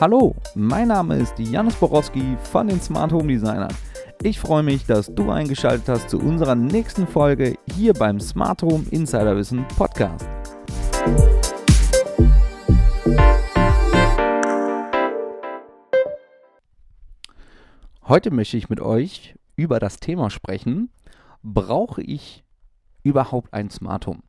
Hallo, mein Name ist Janusz Borowski von den Smart Home Designern. Ich freue mich, dass du eingeschaltet hast zu unserer nächsten Folge hier beim Smart Home Insiderwissen Podcast. Heute möchte ich mit euch über das Thema sprechen: Brauche ich überhaupt ein Smart Home?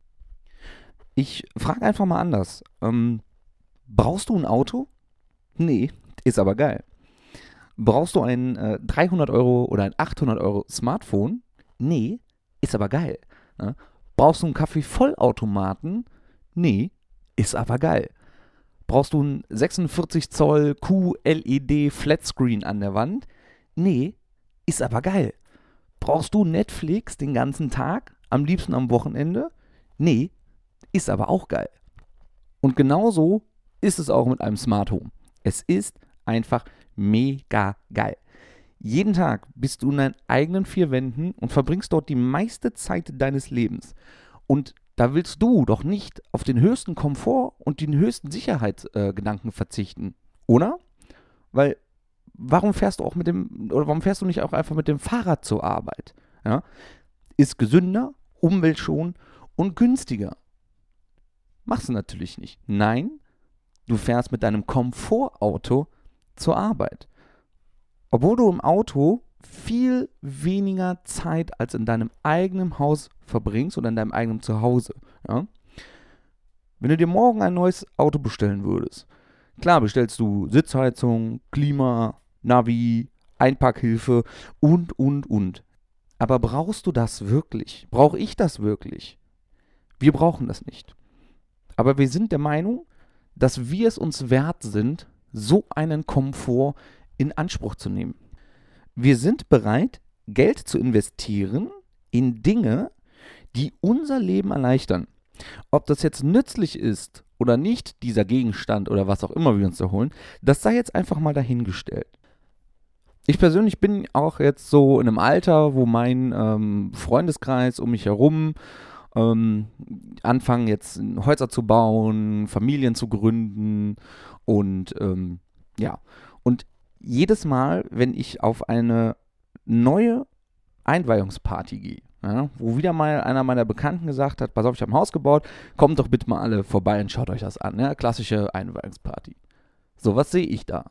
Ich frage einfach mal anders. Brauchst du ein Auto? Nee, ist aber geil. Brauchst du ein 300 Euro oder ein 800 Euro Smartphone? Nee, ist aber geil. Ne? Brauchst du einen Kaffee-Vollautomaten? Nee, ist aber geil. Brauchst du einen 46 Zoll QLED Flatscreen an der Wand? Nee, ist aber geil. Brauchst du Netflix den ganzen Tag, am liebsten am Wochenende? Nee, ist aber auch geil. Und genauso ist es auch mit einem Smart Home. Es ist einfach mega geil. Jeden Tag bist du in deinen eigenen vier Wänden und verbringst dort die meiste Zeit deines Lebens. Und da willst du doch nicht auf den höchsten Komfort und den höchsten Sicherheitsgedanken verzichten, oder? Weil warum fährst du nicht auch einfach mit dem Fahrrad zur Arbeit? Ja? Ist gesünder, umweltschonend und günstiger. Machst du natürlich nicht. Nein, du fährst mit deinem Komfortauto zur Arbeit. Obwohl du im Auto viel weniger Zeit als in deinem eigenen Haus verbringst oder in deinem eigenen Zuhause. Ja? Wenn du dir morgen ein neues Auto bestellen würdest, klar bestellst du Sitzheizung, Klima, Navi, Einpackhilfe und. Aber brauchst du das wirklich? Brauche ich das wirklich? Wir brauchen das nicht. Aber wir sind der Meinung, dass wir es uns wert sind, so einen Komfort in Anspruch zu nehmen. Wir sind bereit, Geld zu investieren in Dinge, die unser Leben erleichtern. Ob das jetzt nützlich ist oder nicht, dieser Gegenstand oder was auch immer wir uns da holen, das sei jetzt einfach mal dahingestellt. Ich persönlich bin auch jetzt so in einem Alter, wo mein Freundeskreis um mich herum anfangen jetzt Häuser zu bauen, Familien zu gründen und und jedes Mal, wenn ich auf eine neue Einweihungsparty gehe, ja, wo wieder mal einer meiner Bekannten gesagt hat, pass auf, ich habe ein Haus gebaut, kommt doch bitte mal alle vorbei und schaut euch das an, ja, klassische Einweihungsparty. So, was sehe ich da?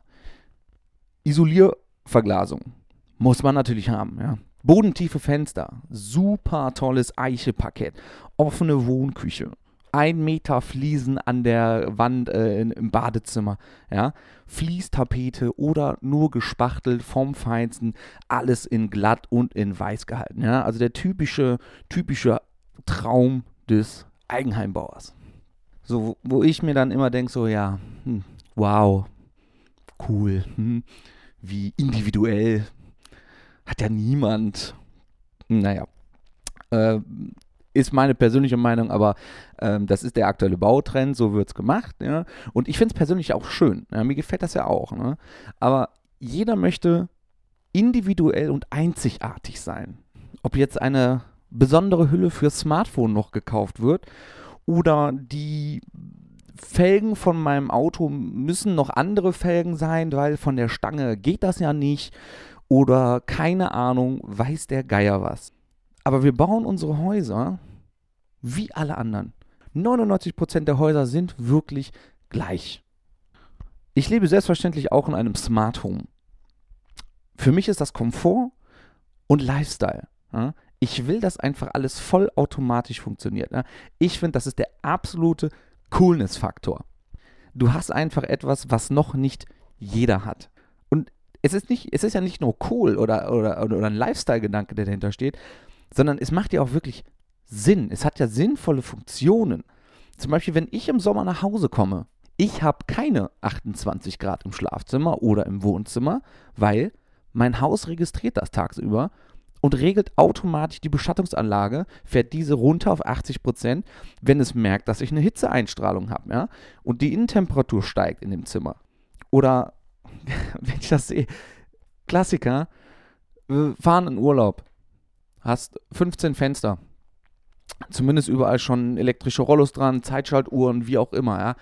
Isolierverglasung muss man natürlich haben, ja. Bodentiefe Fenster, super tolles Eicheparkett, offene Wohnküche, 1 Meter Fliesen an der Wand im Badezimmer, ja, Fließtapete oder nur gespachtelt vom Feinsten, alles in glatt und in weiß gehalten, ja, also der typische Traum des Eigenheimbauers. So, wo ich mir dann immer denke, so, ja, wow, cool, wie individuell, hat ja niemand. Naja, ist meine persönliche Meinung, aber das ist der aktuelle Bautrend, so wird es gemacht. Ja? Und ich finde es persönlich auch schön. Ja? Mir gefällt das ja auch. Ne? Aber jeder möchte individuell und einzigartig sein. Ob jetzt eine besondere Hülle fürs Smartphone noch gekauft wird oder die Felgen von meinem Auto müssen noch andere Felgen sein, weil von der Stange geht das ja nicht. Oder keine Ahnung, weiß der Geier was. Aber wir bauen unsere Häuser wie alle anderen. 99% der Häuser sind wirklich gleich. Ich lebe selbstverständlich auch in einem Smart Home. Für mich ist das Komfort und Lifestyle. Ja? Ich will, dass einfach alles vollautomatisch funktioniert. Ja? Ich finde, das ist der absolute Coolness-Faktor. Du hast einfach etwas, was noch nicht jeder hat. Und es ist ja nicht nur cool oder ein Lifestyle-Gedanke, der dahinter steht, sondern es macht ja auch wirklich Sinn. Es hat ja sinnvolle Funktionen. Zum Beispiel, wenn ich im Sommer nach Hause komme, ich habe keine 28 Grad im Schlafzimmer oder im Wohnzimmer, weil mein Haus registriert das tagsüber und regelt automatisch die Beschattungsanlage, fährt diese runter auf 80%, wenn es merkt, dass ich eine Hitzeeinstrahlung habe, ja? Und die Innentemperatur steigt in dem Zimmer. Oder wenn ich das sehe, Klassiker, wir fahren in Urlaub, hast 15 Fenster, zumindest überall schon elektrische Rollos dran, Zeitschaltuhren, wie auch immer, ja.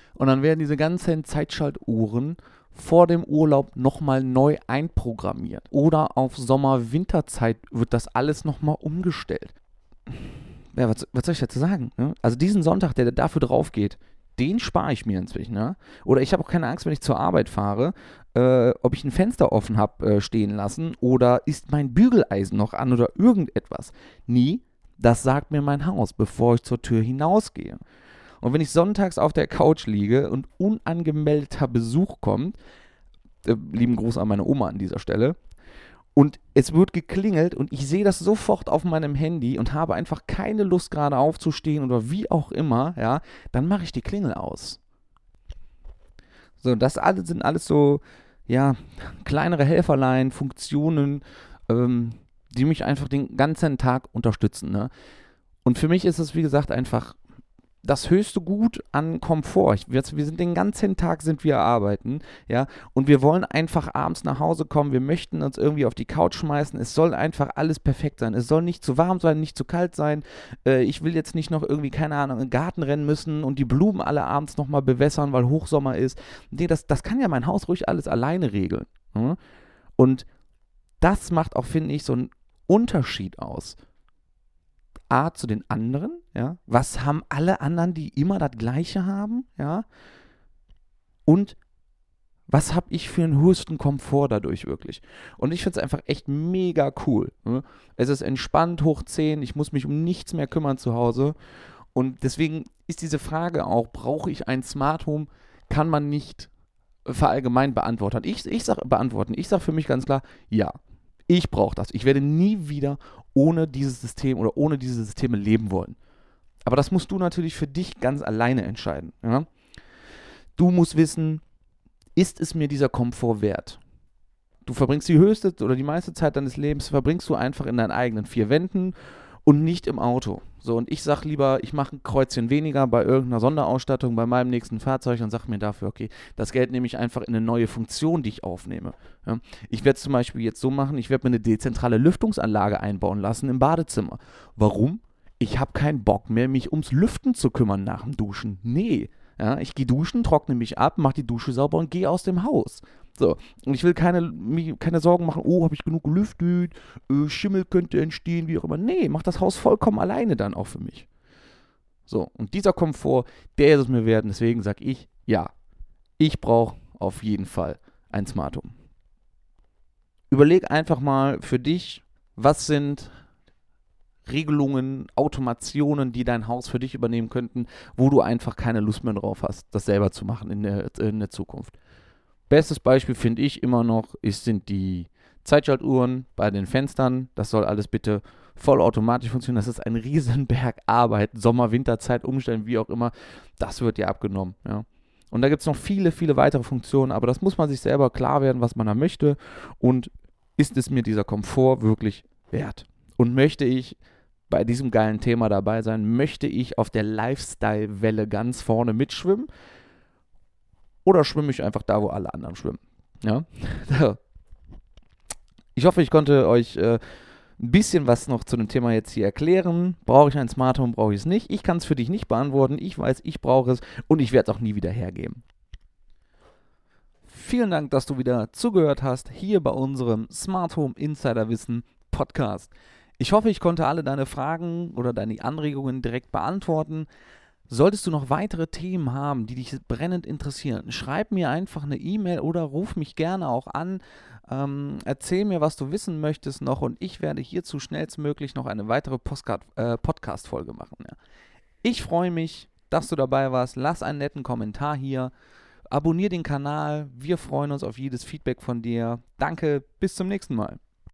Und dann werden diese ganzen Zeitschaltuhren vor dem Urlaub nochmal neu einprogrammiert. Oder auf Sommer-Winterzeit wird das alles nochmal umgestellt. Ja, was soll ich dazu sagen? Ne? Also diesen Sonntag, der dafür drauf geht, den spare ich mir inzwischen. Ne? Oder ich habe auch keine Angst, wenn ich zur Arbeit fahre, ob ich ein Fenster offen habe stehen lassen oder ist mein Bügeleisen noch an oder irgendetwas. Nie, das sagt mir mein Haus, bevor ich zur Tür hinausgehe. Und wenn ich sonntags auf der Couch liege und unangemeldeter Besuch kommt, lieben Gruß an meine Oma an dieser Stelle, und es wird geklingelt und ich sehe das sofort auf meinem Handy und habe einfach keine Lust gerade aufzustehen oder wie auch immer, ja, dann mache ich die Klingel aus. So, das alles sind alles so, ja, kleinere Helferlein, Funktionen, die mich einfach den ganzen Tag unterstützen, ne? Und für mich ist es, wie gesagt, einfach das höchste Gut an Komfort. Wir sind den ganzen Tag sind wir arbeiten, ja, und wir wollen einfach abends nach Hause kommen, wir möchten uns irgendwie auf die Couch schmeißen, es soll einfach alles perfekt sein, es soll nicht zu warm sein, nicht zu kalt sein, ich will jetzt nicht noch irgendwie, keine Ahnung, in den Garten rennen müssen und die Blumen alle abends nochmal bewässern, weil Hochsommer ist. Nee, das kann ja mein Haus ruhig alles alleine regeln. Ja? Und das macht auch, finde ich, so einen Unterschied aus. A, zu den anderen, ja, was haben alle anderen, die immer das Gleiche haben, ja, und was habe ich für einen höchsten Komfort dadurch wirklich. Und ich finde es einfach echt mega cool. Ne? Es ist entspannt, hoch 10, ich muss mich um nichts mehr kümmern zu Hause und deswegen ist diese Frage auch, brauche ich ein Smart Home, kann man nicht verallgemein beantworten. Ich sage für mich ganz klar, ja, ich brauche das. Ich werde nie wieder ohne dieses System oder ohne diese Systeme leben wollen. Aber das musst du natürlich für dich ganz alleine entscheiden. Ja? Du musst wissen, ist es mir dieser Komfort wert? Du verbringst die höchste oder die meiste Zeit deines Lebens, verbringst du einfach in deinen eigenen vier Wänden und nicht im Auto. So, und ich sage lieber, ich mache ein Kreuzchen weniger bei irgendeiner Sonderausstattung bei meinem nächsten Fahrzeug und sage mir dafür, okay, das Geld nehme ich einfach in eine neue Funktion, die ich aufnehme. Ja? Ich werde es zum Beispiel jetzt so machen, ich werde mir eine dezentrale Lüftungsanlage einbauen lassen im Badezimmer. Warum? Ich habe keinen Bock mehr, mich ums Lüften zu kümmern nach dem Duschen. Nee. Ja, ich gehe duschen, trockne mich ab, mache die Dusche sauber und gehe aus dem Haus. So, und ich will keine Sorgen machen, oh, habe ich genug gelüftet, Schimmel könnte entstehen, wie auch immer. Nee, mach das Haus vollkommen alleine dann auch für mich. So, und dieser Komfort, der ist es mir wert. Deswegen sage ich, ja, ich brauche auf jeden Fall ein Smart Home. Überleg einfach mal für dich, was sind Regelungen, Automationen, die dein Haus für dich übernehmen könnten, wo du einfach keine Lust mehr drauf hast, das selber zu machen in der Zukunft. Bestes Beispiel finde ich immer noch, sind die Zeitschaltuhren bei den Fenstern. Das soll alles bitte vollautomatisch funktionieren. Das ist ein Riesenberg Arbeit, Sommer, Winterzeit, umstellen, wie auch immer. Das wird dir abgenommen. Ja. Und da gibt es noch viele, viele weitere Funktionen, aber das muss man sich selber klar werden, was man da möchte. Und ist es mir dieser Komfort wirklich wert? Und möchte ich bei diesem geilen Thema dabei sein? Möchte ich auf der Lifestyle-Welle ganz vorne mitschwimmen? Oder schwimme ich einfach da, wo alle anderen schwimmen? Ja? Ich hoffe, ich konnte euch ein bisschen was noch zu dem Thema jetzt hier erklären. Brauche ich ein Smart Home, brauche ich es nicht? Ich kann es für dich nicht beantworten. Ich weiß, ich brauche es und ich werde es auch nie wieder hergeben. Vielen Dank, dass du wieder zugehört hast, hier bei unserem Smart Home Insider Wissen Podcast. Ich hoffe, ich konnte alle deine Fragen oder deine Anregungen direkt beantworten. Solltest du noch weitere Themen haben, die dich brennend interessieren, schreib mir einfach eine E-Mail oder ruf mich gerne auch an. Erzähl mir, was du wissen möchtest noch und ich werde hierzu schnellstmöglich noch eine weitere Podcast-Folge machen. Ja. Ich freue mich, dass du dabei warst. Lass einen netten Kommentar hier. Abonnier den Kanal. Wir freuen uns auf jedes Feedback von dir. Danke, bis zum nächsten Mal.